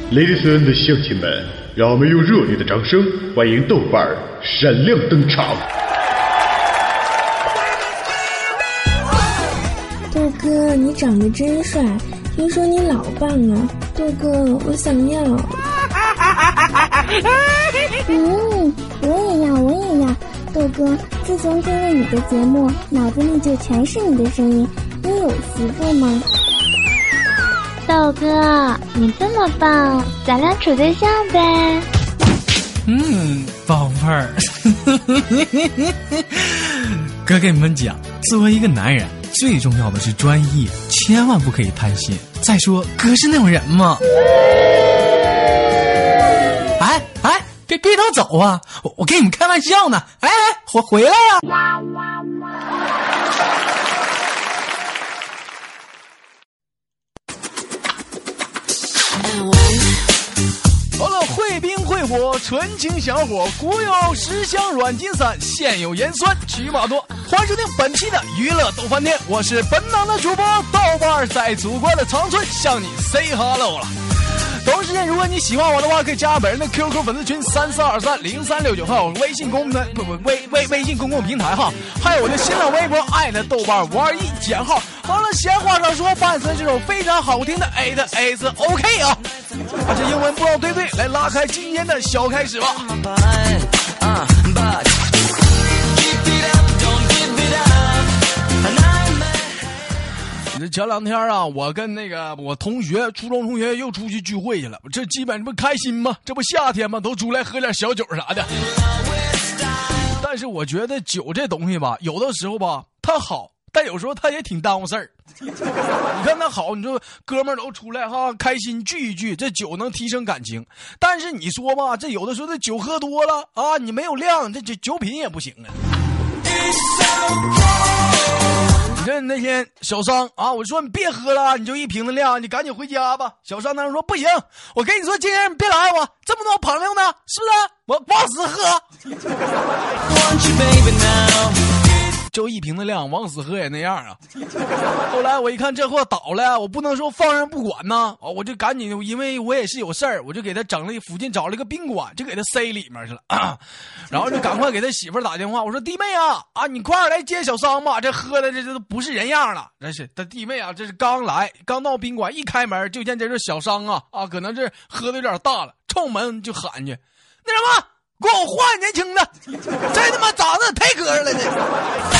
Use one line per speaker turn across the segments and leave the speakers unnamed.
Ladies and 乡亲们，让我们用热烈的掌声欢迎豆瓣儿闪亮登场。
豆哥，你长得真帅，听说你老棒了。豆哥，我想要。
我也要。豆哥，自从听了你的节目，脑子里就全是你的声音。你有媳妇吗？
豆哥，你这么棒，咱俩处对象呗。
宝贝儿，哥给你们讲，作为一个男人，最重要的是专一，千万不可以贪心。再说，哥是那种人吗？别都走啊！我跟你们开玩笑呢。回来呀！好了，会冰会火，纯情小伙，古有十香软筋散，现有盐酸曲马多。欢迎收听本期的娱乐逗翻天，我是本档的主播豆瓣，在祖国的长春向你 say hello 了。同时间，如果你喜欢我的话，可以加本人的 QQ 粉丝群34230369号，微信公共平台哈，还有我的新浪微博豆瓣521减号。好了，闲话少说，伴随这首非常好听的 A 的 A 字 OK 啊，把这英文不要对，来拉开今天的小开始吧。前两天啊，我跟我同学，初中同学又出去聚会去了，这基本不开心吗？这不夏天吗？都出来喝点小酒啥的。但是我觉得酒这东西吧，有的时候吧它好，但有时候它也挺耽误事儿。你看它好，你说哥们儿都出来哈，开心聚一聚，这酒能提升感情。但是你说吧，这有的时候这酒喝多了啊，你没有量，这酒品也不行啊。那天小商啊，我说你别喝了，你就一瓶的量，你赶紧回家吧。小商当时说不行，我跟你说，今天你别来我这么多朋友呢，是不是？我往死喝，就一瓶的量，往死喝也那样啊。后来我一看这货倒了，我不能说放任不管呢，我就赶紧，因为我也是有事儿，我就给他整了附近找了一个宾馆，就给他塞里面去了。然后就赶快给他媳妇打电话，我说弟妹啊，你快来接小商吧，这喝的这都不是人样了。这是他弟妹啊，这是刚到宾馆，一开门就见这是小商啊，可能是喝的有点大了，冲门就喊去，那什么，给我换年轻的，这他妈长得太磕碜了这。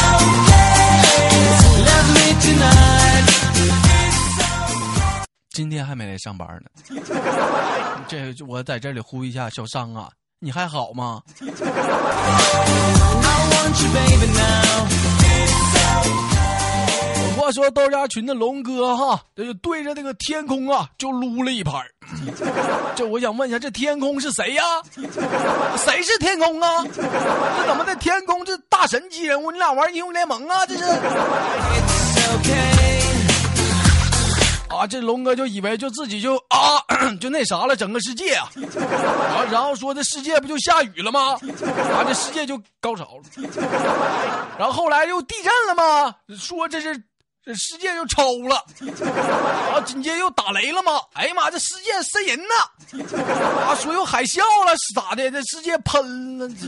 今天还没来上班呢，这我在这里呼吁一下小商啊，你还好吗？话说豆家群的龙哥哈，这就对着这个天空啊就撸了一拍。这我想问一下，这天空是谁呀？谁是天空啊？这怎么在天空这大神级人物？你俩玩英雄联盟啊？这是啊，这龙哥就以为就自己就就那啥了，整个世界啊，然后说这世界不就下雨了吗？这世界就高潮了。然后后来又地震了吗？说这世界就抽了，然后紧接着又打雷了吗？哎呀妈，这世界瘆人呐！说有海啸了，是咋的？这世界喷了。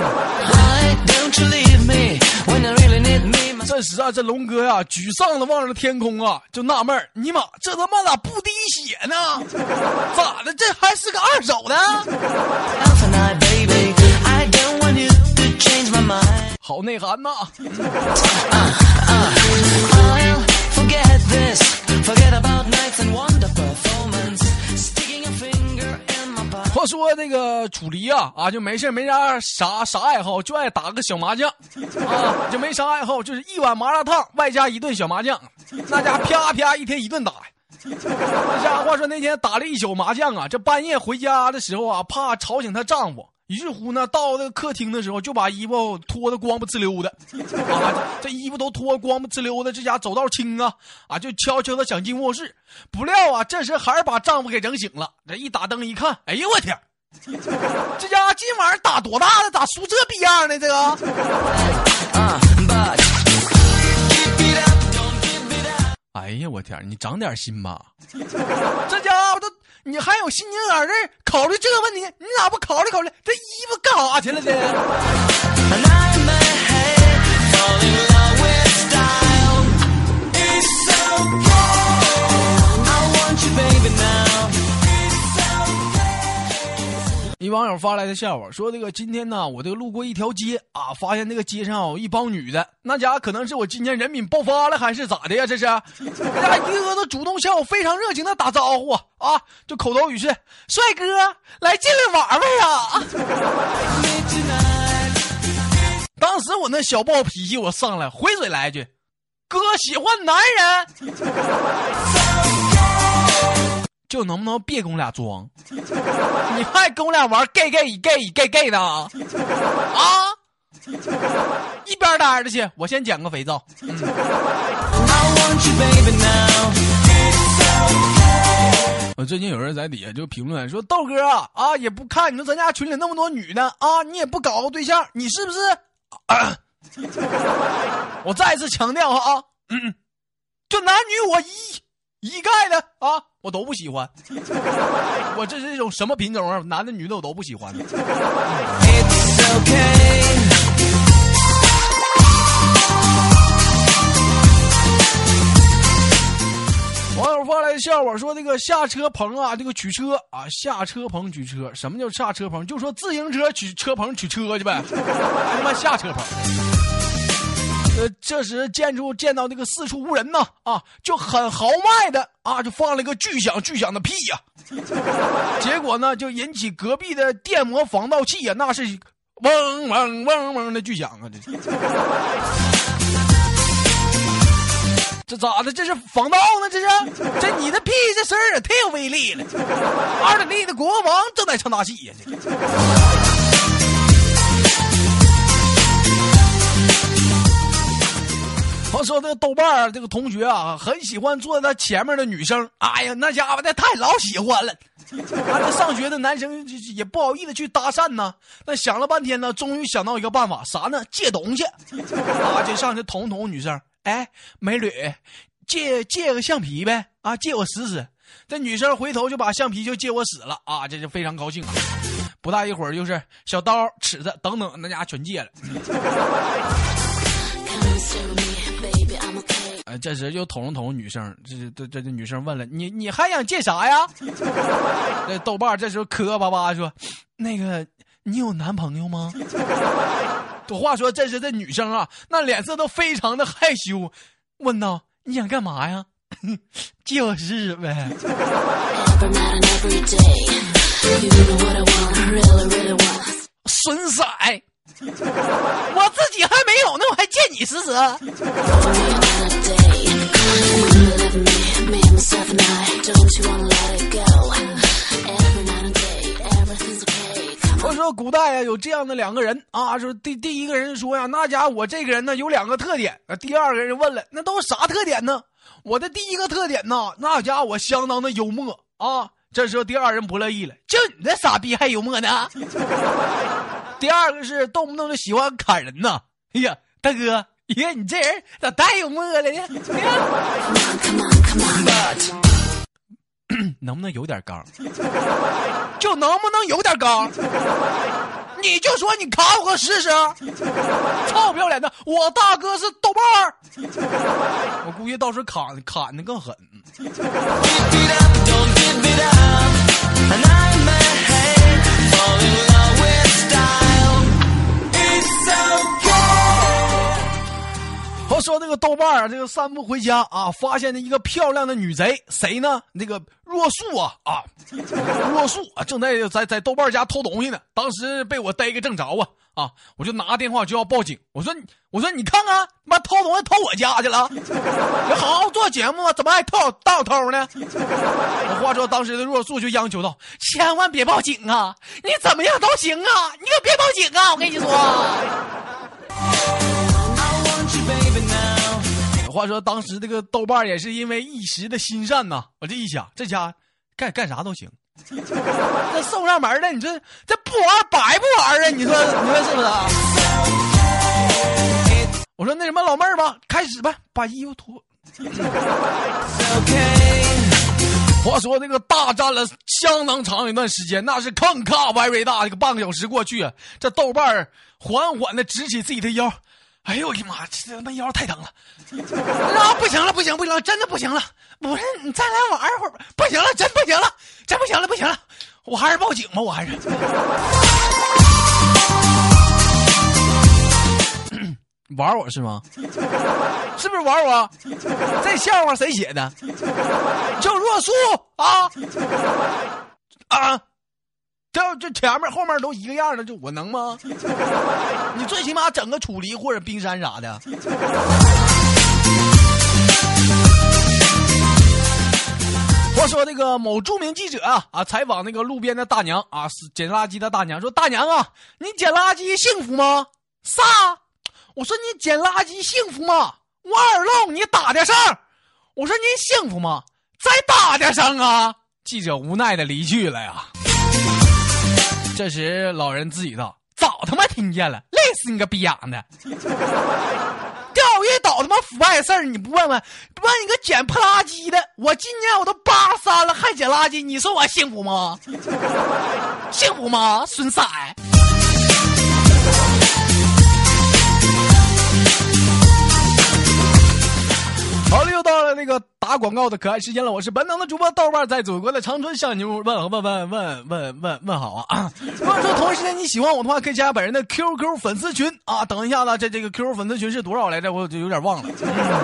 这时啊，这龙哥呀，沮丧的望着天空啊，就纳闷儿，尼玛，这他妈咋不滴血呢？咋的？这还是个二手的？好内涵呐！话说这个楚离啊，就没事没啥爱好，就爱打个小麻将啊，就没啥爱好，就是一碗麻辣烫外加一顿小麻将，那家啪啪一天一顿打。这家话说那天打了一宿麻将啊，这半夜回家的时候啊，怕吵醒她丈夫。于是乎呢，到这个客厅的时候，就把衣服脱得光不呲溜的，这衣服都脱光不呲溜的，这家走道轻啊，就悄悄的想进卧室，不料啊，这时还是把丈夫给整醒了。这一打灯一看，哎呦我天，这家今晚打多大的，咋输这逼样呢？这个，哎呀我天，你长点心吧，这家伙都。 你还有心情在这考虑这个问题，你咋不考虑考虑这衣服干啥去了呢？一网友发来的笑话说，这个今天呢，我这个路过一条街啊，发现那个街上有一帮女的，那家可能是我今天人品爆发了还是咋的呀？这是，大家一个个都主动向我非常热情的打招呼啊，就口头语是帅哥，来进来玩玩啊！当时我那小暴脾气我上来回嘴来一句，哥喜欢男人。就能不能别跟我俩装？你还跟我俩玩 gay 的啊？一边待着去，我先捡个肥皂。我最近有人在底下就评论说，豆哥啊也不看你说咱家群里那么多女的啊，你也不搞个对象，你是不是？我再次强调啊，就男女我一概的啊，我都不喜欢。我这是一种什么品种啊？男的女的我都不喜欢。网友发来的笑话说，这个下车棚啊，这个取车啊，下车棚取车，什么叫下车棚？就说自行车取车棚取车去呗，还他妈下车棚。这时见到那个四处无人呢啊，就很豪迈的啊，就放了一个巨响的屁呀、结果呢就引起隔壁的电摩防盗器啊，那是嗡嗡嗡嗡的巨响啊，这咋的？这是防盗呢？这你的屁这声儿也太有威力了！阿德利的国王正在唱大戏呀！我说这个豆瓣儿这个同学啊，很喜欢坐在他前面的女生，哎呀，那家伙的太老喜欢了。这上学的男生也不好意思去搭讪呢。那想了半天呢，终于想到一个办法，啥呢？借东西啊，就上去捅女生。哎，美女，借个橡皮呗啊，借我使使。这女生回头就把橡皮就借我使了啊，这就非常高兴啊。不大一会儿就是小刀、尺子等等，那家全借了。这时就捅女生，这女生问了，你还想借啥呀？这豆瓣这时候磕巴巴说，那个你有男朋友吗？话说这时这女生啊，那脸色都非常的害羞，问道你想干嘛呀？借我试试呗。损色，我自己还没有呢，我还借你试试。我说古代啊，有这样的两个人啊，说第一个人说呀，那家伙我这个人呢有两个特点。第二个人问了，那都是啥特点呢？我的第一个特点呢，那家伙我相当的幽默啊。这时候第二人不乐意了，就你这傻逼还幽默呢？第二个是动不动就喜欢砍人呢。哎呀，大哥，你这人咋太幽默了呢？能不能有点刚？就能不能有点刚？你就说你砍我试试！臭不要脸的，我大哥是豆瓣儿，我估计到时候砍的更狠。我说那个豆瓣啊，这个散步回家啊，发现了一个漂亮的女贼，谁呢？那个若素啊，若素啊，正在豆瓣家偷东西呢。当时被我逮个正着啊，我就拿电话就要报警。我说你看看，妈偷东西偷我家去了，你好好做节目啊，怎么还盗偷呢？我话说当时的若素就央求道：“千万别报警啊，你怎么样都行啊，你可别报警啊，我跟你说。”话说当时这个豆瓣也是因为一时的心善呐，我这一想，这家干啥都行，这送上门的，你说这不玩白不玩啊？你说是不是啊？我说那什么老妹儿吧，开始吧，把衣服脱。 话说这个大战了相当长一段时间，那是坑卡 very 大，这个半个小时过去，这豆瓣儿缓缓的直起自己的腰。哎呦我的妈，这他妈腰太疼了！啊，不行了，不行，真的不行了！不是你再来玩一会儿吧，不行了，真不行了，真不行了，不行了，我还是报警吧，我还是。玩我是吗？是不是玩我？这笑话谁写的？叫若素啊！这前面后面都一个样的，就我能吗？你最起码整个楚离或者冰山啥的。话说那个某著名记者采访那个路边的大娘捡垃圾的大娘说：“大娘啊，你捡垃圾幸福吗？”啥？我说你捡垃圾幸福吗？我耳聋，你打点声。我说你幸福吗？再打点声啊！记者无奈的离去了呀。这时老人自己道：“早他妈听见了，累死你个逼养的！钓鱼岛他妈腐败事儿，你不问问你个捡破垃圾的，我今年我都83了，还捡垃圾，你说我幸福吗？幸福吗？孙色。”好了，又到了那个打广告的可爱时间了，我是本档的主播豆瓣，在祖国的长春向你问好啊！如果说同一时间你喜欢我的话，可以加本人的 QQ 粉丝群啊。等一下呢，这个 QQ 粉丝群是多少来着？我就有点忘了。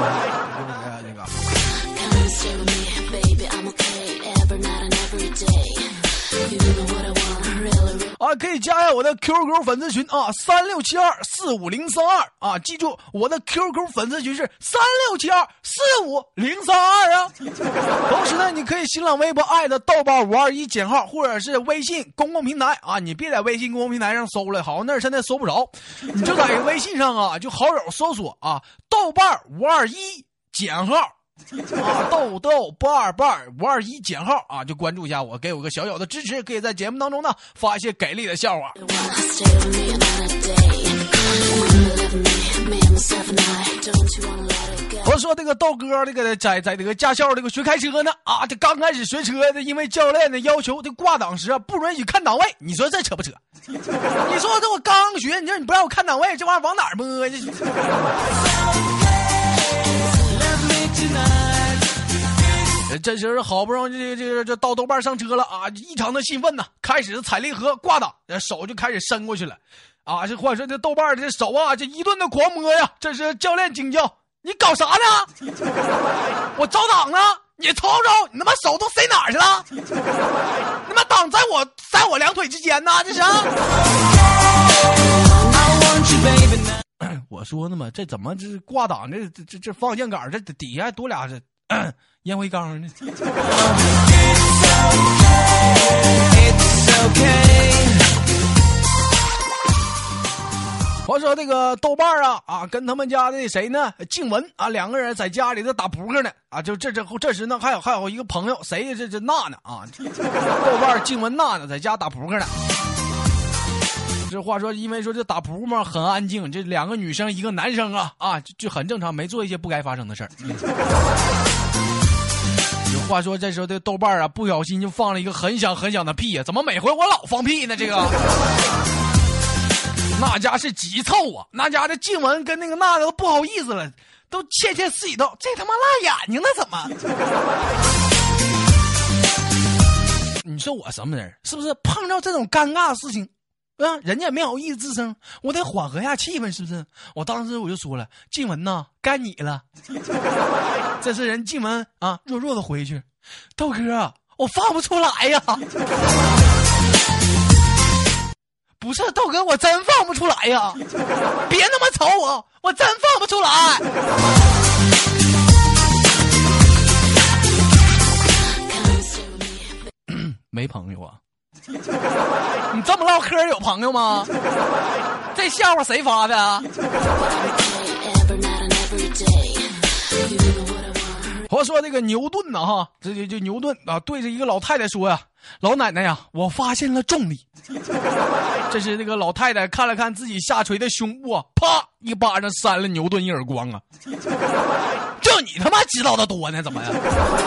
可以加一下我的 QQ 粉丝群36724503啊！记住，我的 QQ 粉丝群是36724503啊！同时呢，你可以新浪微博豆瓣521减号，或者是微信公共平台啊！你别在微信公共平台上搜了，好像那儿现在搜不着，你就在微信上就好友搜索豆瓣521减号。豆瓣521减号就关注一下我，给我个小小的支持，可以在节目当中呢发一些给力的笑话。我说这个豆哥这个在这个驾校这个学开车呢这刚开始学车的，因为教练的要求，这挂档时不允许看档位，你说这扯不扯？你说这我刚学，你说你不让我看档位，这玩意儿往哪儿摸去？这时候好不容易这到豆瓣上车了异常的兴奋呐，开始踩离合挂档，手就开始伸过去了这或者说这豆瓣这手这一顿的狂摸呀。这时教练惊叫：“你搞啥呢？我找档呢，你瞅瞅，你他妈手都塞哪儿去了？他妈档在我两腿之间呢，这是我说呢嘛，这怎么这挂档这方向杆这底下多俩烟灰缸呢？话说这个豆瓣跟他们家的谁呢？静雯两个人在家里头打扑克呢就这时呢还有一个朋友谁这娜娜豆瓣静雯娜娜在家打扑克呢。这话说，因为说这打扑克嘛很安静，这两个女生一个男生就很正常，没做一些不该发生的事儿。话说这时候这豆瓣不小心就放了一个很响很响的屁怎么每回我老放屁呢？这个那家是急凑那家的静雯跟那个娜娜都不好意思了，都窃窃私语道：“这他妈辣眼睛呢，怎么？”你说我什么人？是不是碰到这种尴尬的事情？人家也没好意思吱声，我得缓和一下气氛，是不是？我当时我就说了：“静雯呐，该你了。”这是人静雯弱弱的回去：“豆哥，我放不出来呀。”不是豆哥，我真放不出来呀！别那么瞅我真放不出来。没朋友你这么唠嗑有朋友吗？这笑话谁发的我说这个牛顿这牛顿对着一个老太太说老奶奶呀，我发现了重力。这是那个老太太看了看自己下垂的胸部啪一巴掌扇了牛顿一耳光就你他妈知道的多呢，怎么呀？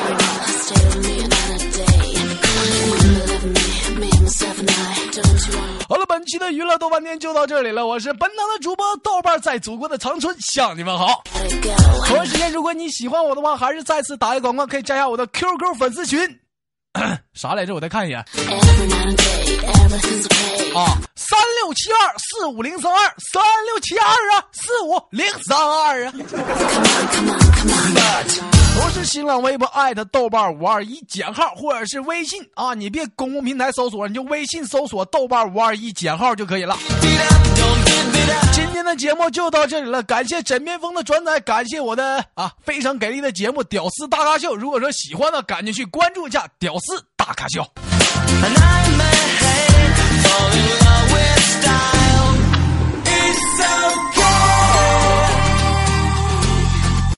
好了，本期的娱乐豆瓣天就到这里了，我是本档的主播豆瓣，在祖国的长春向你们好。同时时间，如果你喜欢我的话，还是再次打一个广告，可以加下我的 QQ 粉丝群。啥来着？我再看一眼。啊，3672450323，3672啊，45032啊。同时新浪微博豆瓣521减号，或者是微信啊，你别公共平台搜索，你就微信搜索豆瓣521减号就可以了。今天的节目就到这里了，感谢枕边风的转载，感谢我的非常给力的节目屌丝大咖秀。如果说喜欢的，赶紧去关注一下屌丝大咖秀。